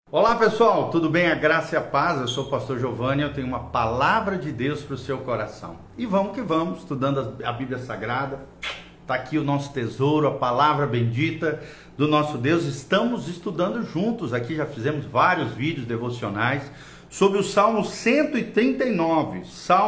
Olá pessoal, tudo bem? A graça e a paz, eu sou o pastor Giovanni, eu tenho uma palavra de Deus para o seu coração. E vamos que vamos, estudando a Bíblia Sagrada, está aqui o nosso tesouro, a palavra bendita do nosso Deus. Estamos estudando juntos, aqui já fizemos vários vídeos devocionais sobre o Salmo 139,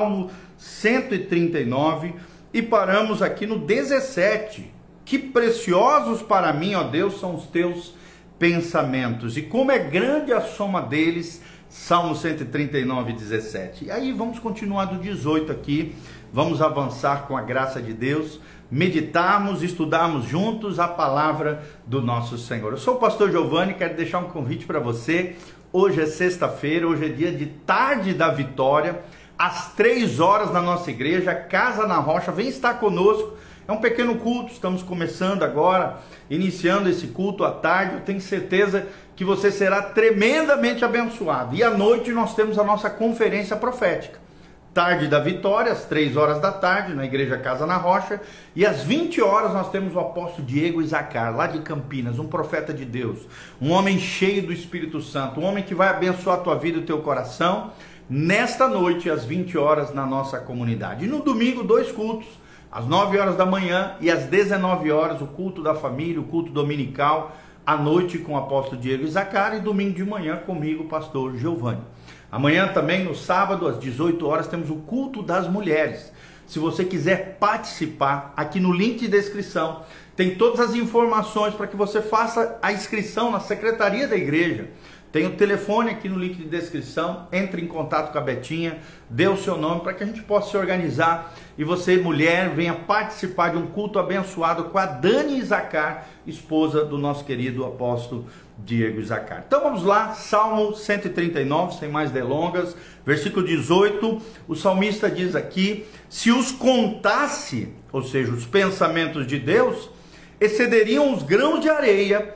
e paramos aqui no 17. Que preciosos para mim, ó Deus, são os teus pensamentos, e como é grande a soma deles. Salmo 139, 17. E aí vamos continuar do 18 aqui, vamos avançar com a graça de Deus, meditarmos, estudarmos juntos a palavra do nosso Senhor. Eu sou o pastor Giovanni, quero deixar um convite para você. Hoje é sexta-feira, hoje é dia de Tarde da Vitória, às 3 horas na nossa igreja, Casa na Rocha. Vem estar conosco. É um pequeno culto, estamos começando agora, iniciando esse culto à tarde. Eu tenho certeza que você será tremendamente abençoado. E à noite nós temos a nossa conferência profética. Tarde da Vitória, às 3 horas da tarde, na igreja Casa na Rocha. E às 20 horas nós temos o apóstolo Diego Isacar, lá de Campinas, um profeta de Deus, um homem cheio do Espírito Santo, um homem que vai abençoar a tua vida e o teu coração, nesta noite, às 20 horas, na nossa comunidade. E no domingo, 2 cultos. Às 9 horas da manhã e às 19 horas, o culto da família, o culto dominical, à noite com o apóstolo Diego Isacar, e domingo de manhã comigo, pastor Giovanni. Amanhã também, no sábado, às 18 horas, temos o culto das mulheres. Se você quiser participar, aqui no link de descrição, tem todas as informações para que você faça a inscrição na secretaria da igreja. Tem o telefone aqui no link de descrição, entre em contato com a Betinha, dê o seu nome para que a gente possa se organizar e você, mulher, venha participar de um culto abençoado com a Dani Isacar, esposa do nosso querido apóstolo Diego Isacar. Então vamos lá, Salmo 139, sem mais delongas, versículo 18, o salmista diz aqui: se os contasse, ou seja, os pensamentos de Deus, excederiam os grãos de areia.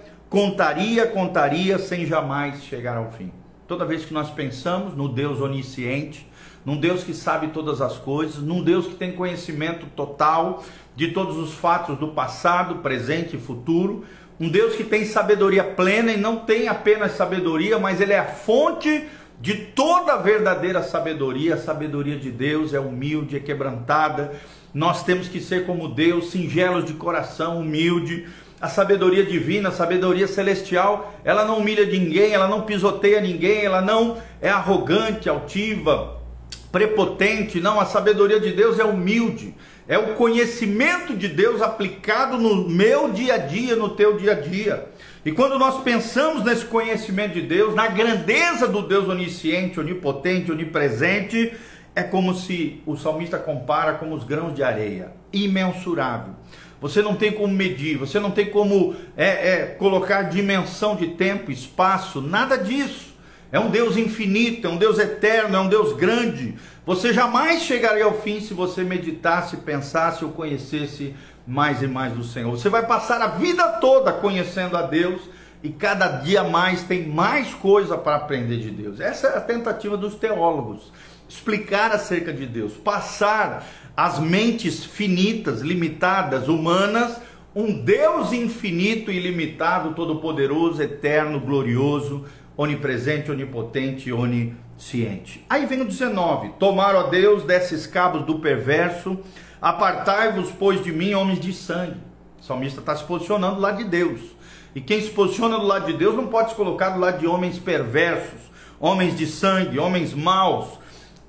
Contaria, sem jamais chegar ao fim. Toda vez que nós pensamos no Deus onisciente, num Deus que sabe todas as coisas, num Deus que tem conhecimento total de todos os fatos do passado, presente e futuro, um Deus que tem sabedoria plena, e não tem apenas sabedoria, mas Ele é a fonte de toda a verdadeira sabedoria. A sabedoria de Deus é humilde, é quebrantada. Nós temos que ser como Deus, singelos de coração, humilde. A sabedoria divina, a sabedoria celestial, ela não humilha ninguém, ela não pisoteia ninguém, ela não é arrogante, altiva, prepotente. Não, a sabedoria de Deus é humilde, é o conhecimento de Deus aplicado no meu dia a dia, no teu dia a dia. E quando nós pensamos nesse conhecimento de Deus, na grandeza do Deus onisciente, onipotente, onipresente, é como se o salmista compara com os grãos de areia, imensurável. Você não tem como medir, você não tem como colocar dimensão de tempo, espaço, nada disso. É um Deus infinito, é um Deus eterno, é um Deus grande. Você jamais chegaria ao fim se você meditasse, pensasse ou conhecesse mais e mais do Senhor. Você vai passar a vida toda conhecendo a Deus, e cada dia mais tem mais coisa para aprender de Deus. Essa é a tentativa dos teólogos, explicar acerca de Deus, passar as mentes finitas, limitadas, humanas, um Deus infinito, ilimitado, todo-poderoso, eterno, glorioso, onipresente, onipotente e onisciente. Aí vem o 19: tomaram, ó Deus, desses cabos do perverso, apartai-vos, pois, de mim, homens de sangue. O salmista está se posicionando do lado de Deus, e quem se posiciona do lado de Deus não pode se colocar do lado de homens perversos, homens de sangue, homens maus.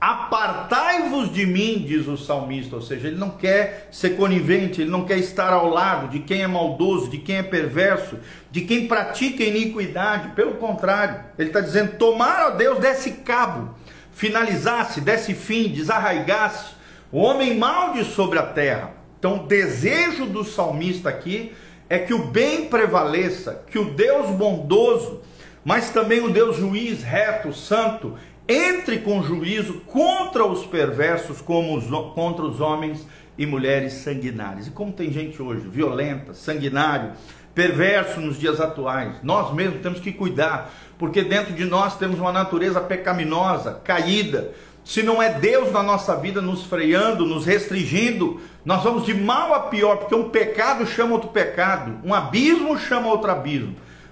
Apartai-vos de mim, diz o salmista, ou seja, ele não quer ser conivente, ele não quer estar ao lado de quem é maldoso, de quem é perverso, de quem pratica iniquidade. Pelo contrário, ele está dizendo: tomar, ó Deus, desse cabo, finalizasse, desse fim, desarraigasse o homem mau de sobre a terra. Então o desejo do salmista aqui é que o bem prevaleça, que o Deus bondoso, mas também o Deus juiz, reto, santo, entre com juízo contra os perversos, contra os homens e mulheres sanguinários. E como tem gente hoje violenta, sanguinário, perverso nos dias atuais, nós mesmos temos que cuidar, porque dentro de nós temos uma natureza pecaminosa, caída. Se não é Deus na nossa vida nos freando, nos restringindo, nós vamos de mal a pior, porque um pecado chama outro pecado, um abismo chama outro abismo.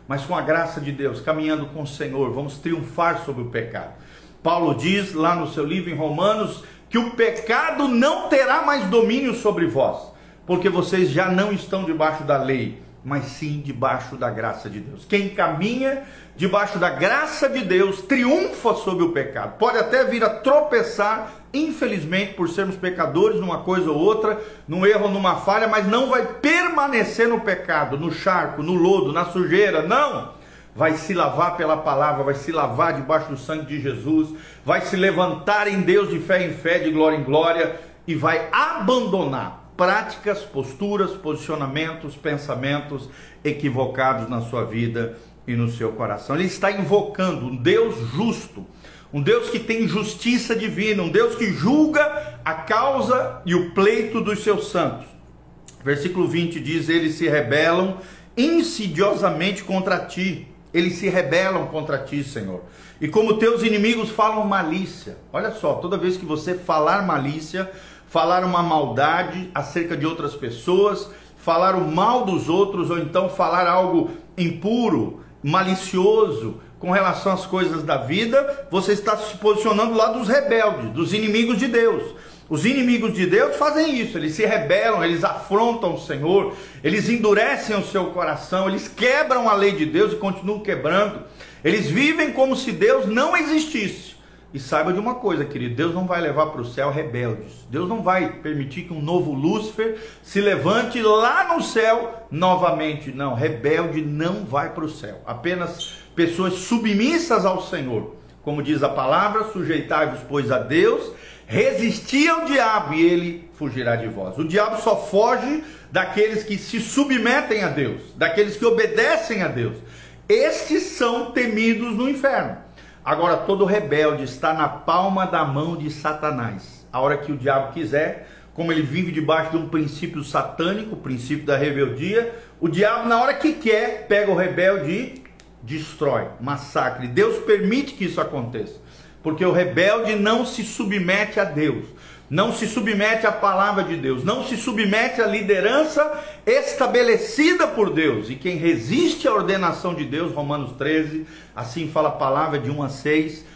mas com a graça de Deus, caminhando com o Senhor, vamos triunfar sobre o pecado. Paulo diz lá no seu livro em Romanos que o pecado não terá mais domínio sobre vós, porque vocês já não estão debaixo da lei, mas sim debaixo da graça de Deus. Quem caminha debaixo da graça de Deus triunfa sobre o pecado. Pode até vir a tropeçar, infelizmente, por sermos pecadores numa coisa ou outra, num erro ou numa falha, mas não vai permanecer no pecado, no charco, no lodo, na sujeira, não! Vai se lavar pela palavra, vai se lavar debaixo do sangue de Jesus, vai se levantar em Deus de fé em fé, de glória em glória, e vai abandonar práticas, posturas, posicionamentos, pensamentos equivocados na sua vida e no seu coração. Ele está invocando um Deus justo, um Deus que tem justiça divina, um Deus que julga a causa e o pleito dos seus santos. Versículo 20 diz: eles se rebelam insidiosamente contra ti. Eles se rebelam contra ti, Senhor. E como teus inimigos falam malícia. Olha só, toda vez que você falar malícia, falar uma maldade acerca de outras pessoas, falar o mal dos outros, ou então falar algo impuro, malicioso, com relação às coisas da vida, você está se posicionando lá dos rebeldes, dos inimigos de Deus. Os inimigos de Deus fazem isso, eles se rebelam, eles afrontam o Senhor, eles endurecem o seu coração, eles quebram a lei de Deus e continuam quebrando. Eles vivem como se Deus não existisse. E saiba de uma coisa, querido, Deus não vai levar para o céu rebeldes. Deus não vai permitir que um novo Lúcifer se levante lá no céu novamente. Não, rebelde não vai para o céu. Apenas pessoas submissas ao Senhor. Como diz a palavra, sujeitai-vos, pois, a Deus, resisti ao diabo e ele fugirá de vós. O diabo só foge daqueles que se submetem a Deus, daqueles que obedecem a Deus. Estes são temidos no inferno. Agora, todo rebelde está na palma da mão de Satanás. A hora que o diabo quiser, como ele vive debaixo de um princípio satânico, o princípio da rebeldia, o diabo, na hora que quer, pega o rebelde e destrói, massacre. Deus permite que isso aconteça, porque o rebelde não se submete a Deus, não se submete à palavra de Deus, não se submete à liderança estabelecida por Deus. E quem resiste à ordenação de Deus, Romanos 13, assim fala a palavra de 1 a 6,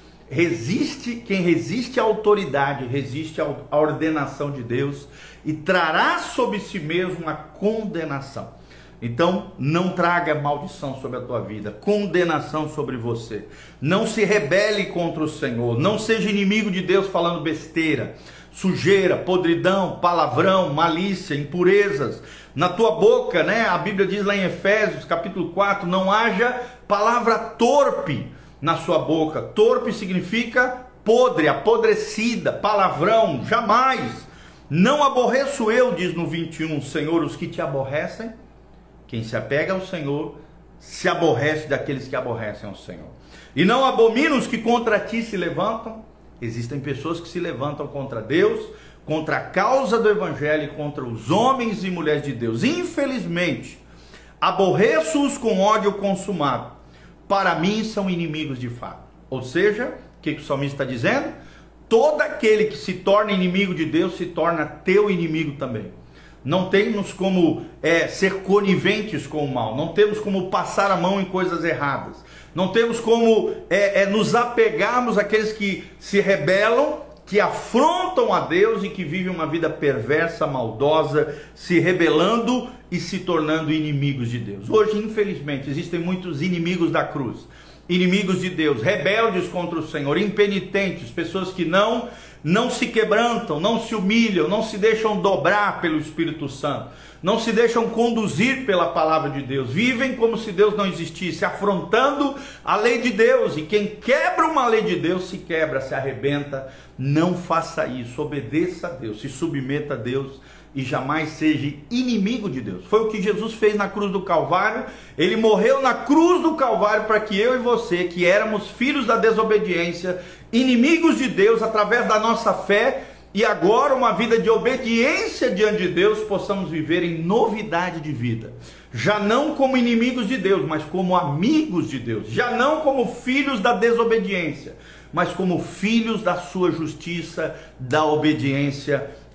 quem resiste à autoridade, resiste à ordenação de Deus e trará sobre si mesmo a condenação. Então, não traga maldição sobre a tua vida, condenação sobre você. Não se rebele contra o Senhor, não seja inimigo de Deus falando besteira, sujeira, podridão, palavrão, malícia, impurezas. Na tua boca, né? A Bíblia diz lá em Efésios, capítulo 4, não haja palavra torpe na sua boca. Torpe significa podre, apodrecida, palavrão, jamais. Não aborreço eu, diz no 21, Senhor, os que te aborrecem. Quem se apega ao Senhor se aborrece daqueles que aborrecem ao Senhor. E não abomina os que contra ti se levantam. Existem pessoas que se levantam contra Deus, contra a causa do Evangelho, contra os homens e mulheres de Deus. Infelizmente, aborreço-os com ódio consumado. Para mim são inimigos de fato. Ou seja, o que o salmista está dizendo? Todo aquele que se torna inimigo de Deus se torna teu inimigo também. Não temos como ser coniventes com o mal, não temos como passar a mão em coisas erradas, não temos como nos apegarmos àqueles que se rebelam, que afrontam a Deus e que vivem uma vida perversa, maldosa, se rebelando e se tornando inimigos de Deus. Hoje, infelizmente, existem muitos inimigos da cruz, inimigos de Deus, rebeldes contra o Senhor, impenitentes, pessoas que não se quebrantam, não se humilham, não se deixam dobrar pelo Espírito Santo, não se deixam conduzir pela palavra de Deus, vivem como se Deus não existisse, afrontando a lei de Deus. E quem quebra uma lei de Deus se quebra, se arrebenta. Não faça isso, obedeça a Deus, se submeta a Deus e jamais seja inimigo de Deus. Foi o que Jesus fez na cruz do Calvário. Ele morreu na cruz do Calvário para que eu e você, que éramos filhos da desobediência, inimigos de Deus, através da nossa fé e agora uma vida de obediência diante de Deus, possamos viver em novidade de vida. Já não como inimigos de Deus, mas como amigos de Deus. Já não como filhos da desobediência, mas como filhos da sua justiça, da obediência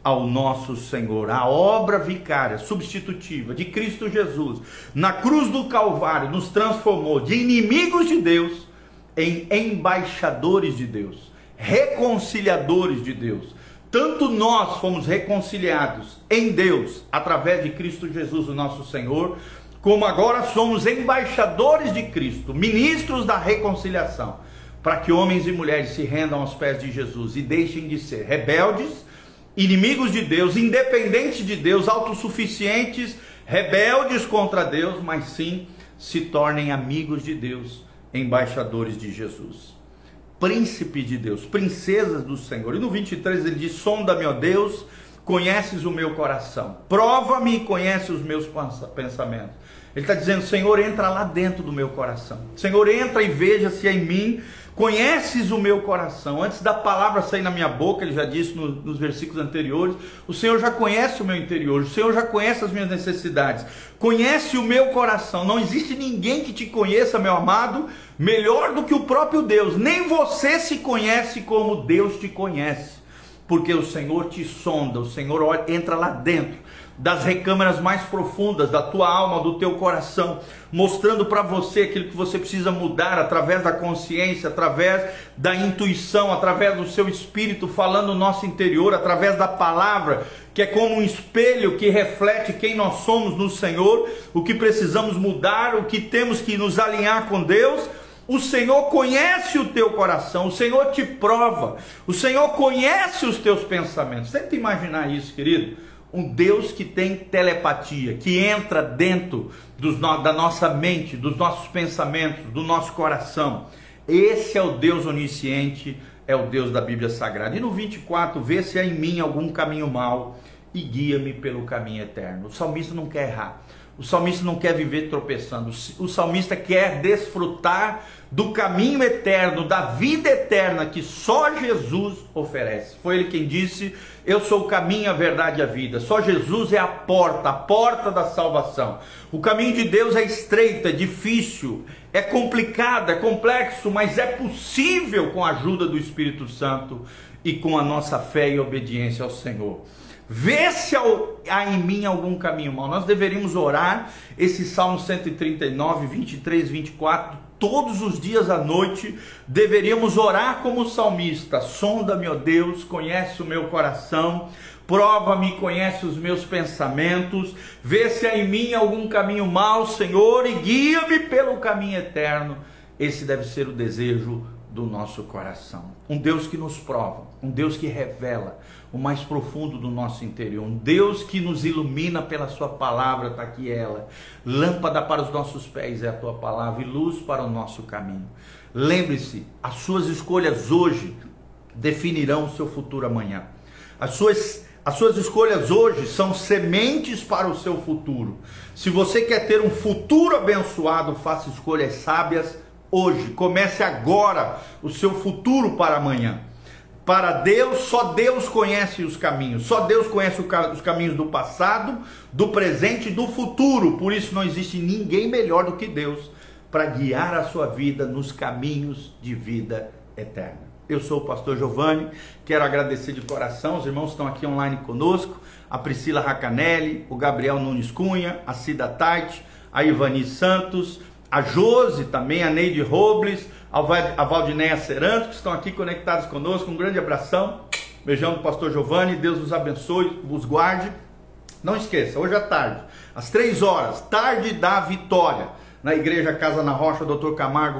ao nosso Senhor. A obra vicária, substitutiva de Cristo Jesus na cruz do Calvário nos transformou de inimigos de Deus em embaixadores de Deus, reconciliadores de Deus. Tanto nós fomos reconciliados em Deus através de Cristo Jesus, o nosso Senhor, como agora somos embaixadores de Cristo, ministros da reconciliação, para que homens e mulheres se rendam aos pés de Jesus e deixem de ser rebeldes, inimigos de Deus, independentes de Deus, autossuficientes, rebeldes contra Deus, mas sim se tornem amigos de Deus, embaixadores de Jesus. Príncipe de Deus, princesas do Senhor. E no 23 ele diz: sonda-me, ó Deus, conheces o meu coração, prova-me e conhece os meus pensamentos. Ele está dizendo: Senhor, entra lá dentro do meu coração, Senhor, entra e veja se é em mim, conheces o meu coração. Antes da palavra sair na minha boca, ele já disse nos versículos anteriores, o Senhor já conhece o meu interior, o Senhor já conhece as minhas necessidades, conhece o meu coração. Não existe ninguém que te conheça, meu amado, melhor do que o próprio Deus. Nem você se conhece como Deus te conhece, porque o Senhor te sonda, o Senhor entra lá dentro das recâmaras mais profundas da tua alma, do teu coração, mostrando para você aquilo que você precisa mudar através da consciência, através da intuição, através do seu espírito falando no nosso interior, através da palavra, que é como um espelho que reflete quem nós somos no Senhor, o que precisamos mudar, o que temos que nos alinhar com Deus. O Senhor conhece o teu coração, o Senhor te prova, o Senhor conhece os teus pensamentos. Tenta imaginar isso, querido. Um Deus que tem telepatia, que entra dentro da nossa mente, dos nossos pensamentos, do nosso coração. Esse é o Deus onisciente, é o Deus da Bíblia Sagrada. E no 24, vê se há em mim algum caminho mau e guia-me pelo caminho eterno. O salmista não quer errar. O salmista não quer viver tropeçando. O salmista quer desfrutar do caminho eterno, da vida eterna que só Jesus oferece. Foi ele quem disse: eu sou o caminho, a verdade e a vida. Só Jesus é a porta da salvação. O caminho de Deus é estreito, é difícil, é complicado, é complexo, mas é possível com a ajuda do Espírito Santo e com a nossa fé e obediência ao Senhor. Vê se há em mim algum caminho mau. Nós deveríamos orar esse Salmo 139, 23, 24, todos os dias à noite. Deveríamos orar como o salmista: sonda-me, ó Deus, conhece o meu coração, prova-me, conhece os meus pensamentos, vê se há em mim algum caminho mau, Senhor, e guia-me pelo caminho eterno. Esse deve ser o desejo do nosso coração. Um Deus que nos prova, um Deus que revela o mais profundo do nosso interior, um Deus que nos ilumina pela sua palavra. Está aqui ela: lâmpada para os nossos pés é a tua palavra e luz para o nosso caminho. Lembre-se, as suas escolhas hoje definirão o seu futuro amanhã. As suas escolhas hoje são sementes para o seu futuro. Se você quer ter um futuro abençoado, faça escolhas sábias hoje. Comece agora o seu futuro para amanhã. Para Deus, só Deus conhece os caminhos. Só Deus conhece os caminhos do passado, do presente e do futuro. Por isso não existe ninguém melhor do que Deus para guiar a sua vida nos caminhos de vida eterna. Eu sou o pastor Giovanni, quero agradecer de coração, os irmãos estão aqui online conosco, a Priscila Racanelli, o Gabriel Nunes Cunha, a Cida Tarte, a Ivani Santos, a Josi também, a Neide Robles, a Valdinéia Seranto, que estão aqui conectados conosco. Um grande abração, beijão do pastor Giovanni, Deus os abençoe, os guarde. Não esqueça, hoje à tarde, às 3 horas, tarde da vitória, na Igreja Casa na Rocha, Dr. Camargo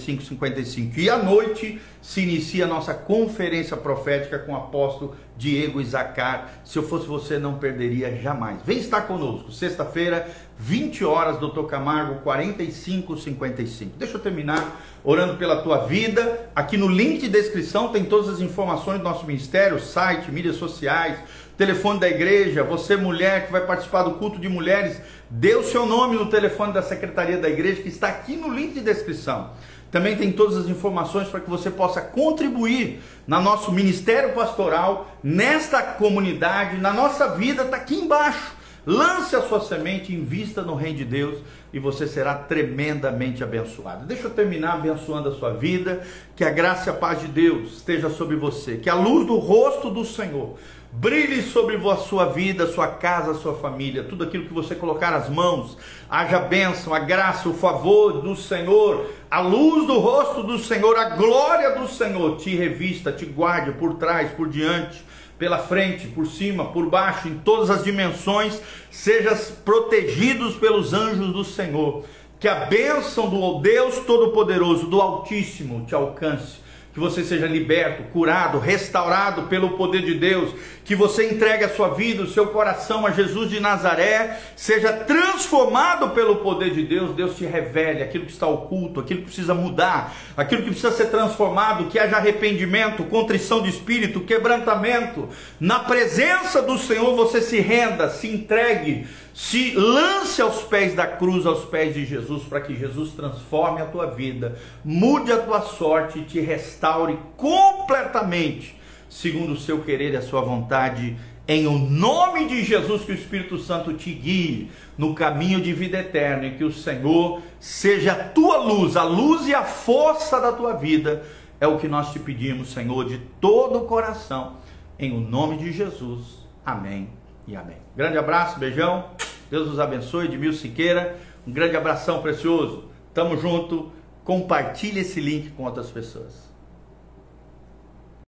4555. E à noite se inicia a nossa conferência profética com o apóstolo Diego Isacar. Se eu fosse você, não perderia jamais. Vem estar conosco, sexta-feira, 20 horas, Dr. Camargo 4555. Deixa eu terminar orando pela tua vida. Aqui no link de descrição tem todas as informações do nosso ministério, site, mídias sociais, telefone da igreja. Você, mulher que vai participar do culto de mulheres, dê o seu nome no telefone da secretaria da igreja, que está aqui no link de descrição. Também tem todas as informações para que você possa contribuir no nosso ministério pastoral, nesta comunidade, na nossa vida, está aqui embaixo. lance a sua semente, invista no reino de Deus e você será tremendamente abençoado. Deixa eu terminar abençoando a sua vida, que a graça e a paz de Deus esteja sobre você, que a luz do rosto do Senhor brilhe sobre a sua vida, a sua casa, a sua família, tudo aquilo que você colocar as mãos, haja bênção, a graça, o favor do Senhor, a luz do rosto do Senhor, a glória do Senhor te revista, te guarde por trás, por diante, pela frente, por cima, por baixo, em todas as dimensões, sejas protegidos pelos anjos do Senhor, que a bênção do Deus Todo-Poderoso, do Altíssimo te alcance, que você seja liberto, curado, restaurado pelo poder de Deus, que você entregue a sua vida, o seu coração a Jesus de Nazaré, seja transformado pelo poder de Deus, Deus te revele aquilo que está oculto, aquilo que precisa mudar, aquilo que precisa ser transformado, que haja arrependimento, contrição de espírito, quebrantamento, na presença do Senhor você se renda, se entregue, se lance aos pés da cruz, aos pés de Jesus, para que Jesus transforme a tua vida, mude a tua sorte e te restaure completamente, segundo o seu querer e a sua vontade, em o nome de Jesus, que o Espírito Santo te guie no caminho de vida eterna, e que o Senhor seja a tua luz, a luz e a força da tua vida, é o que nós te pedimos, Senhor, de todo o coração, em o nome de Jesus, amém e amém. Grande abraço, beijão, Deus nos abençoe. Edmilson Siqueira, um grande abração precioso, tamo junto, compartilhe esse link com outras pessoas.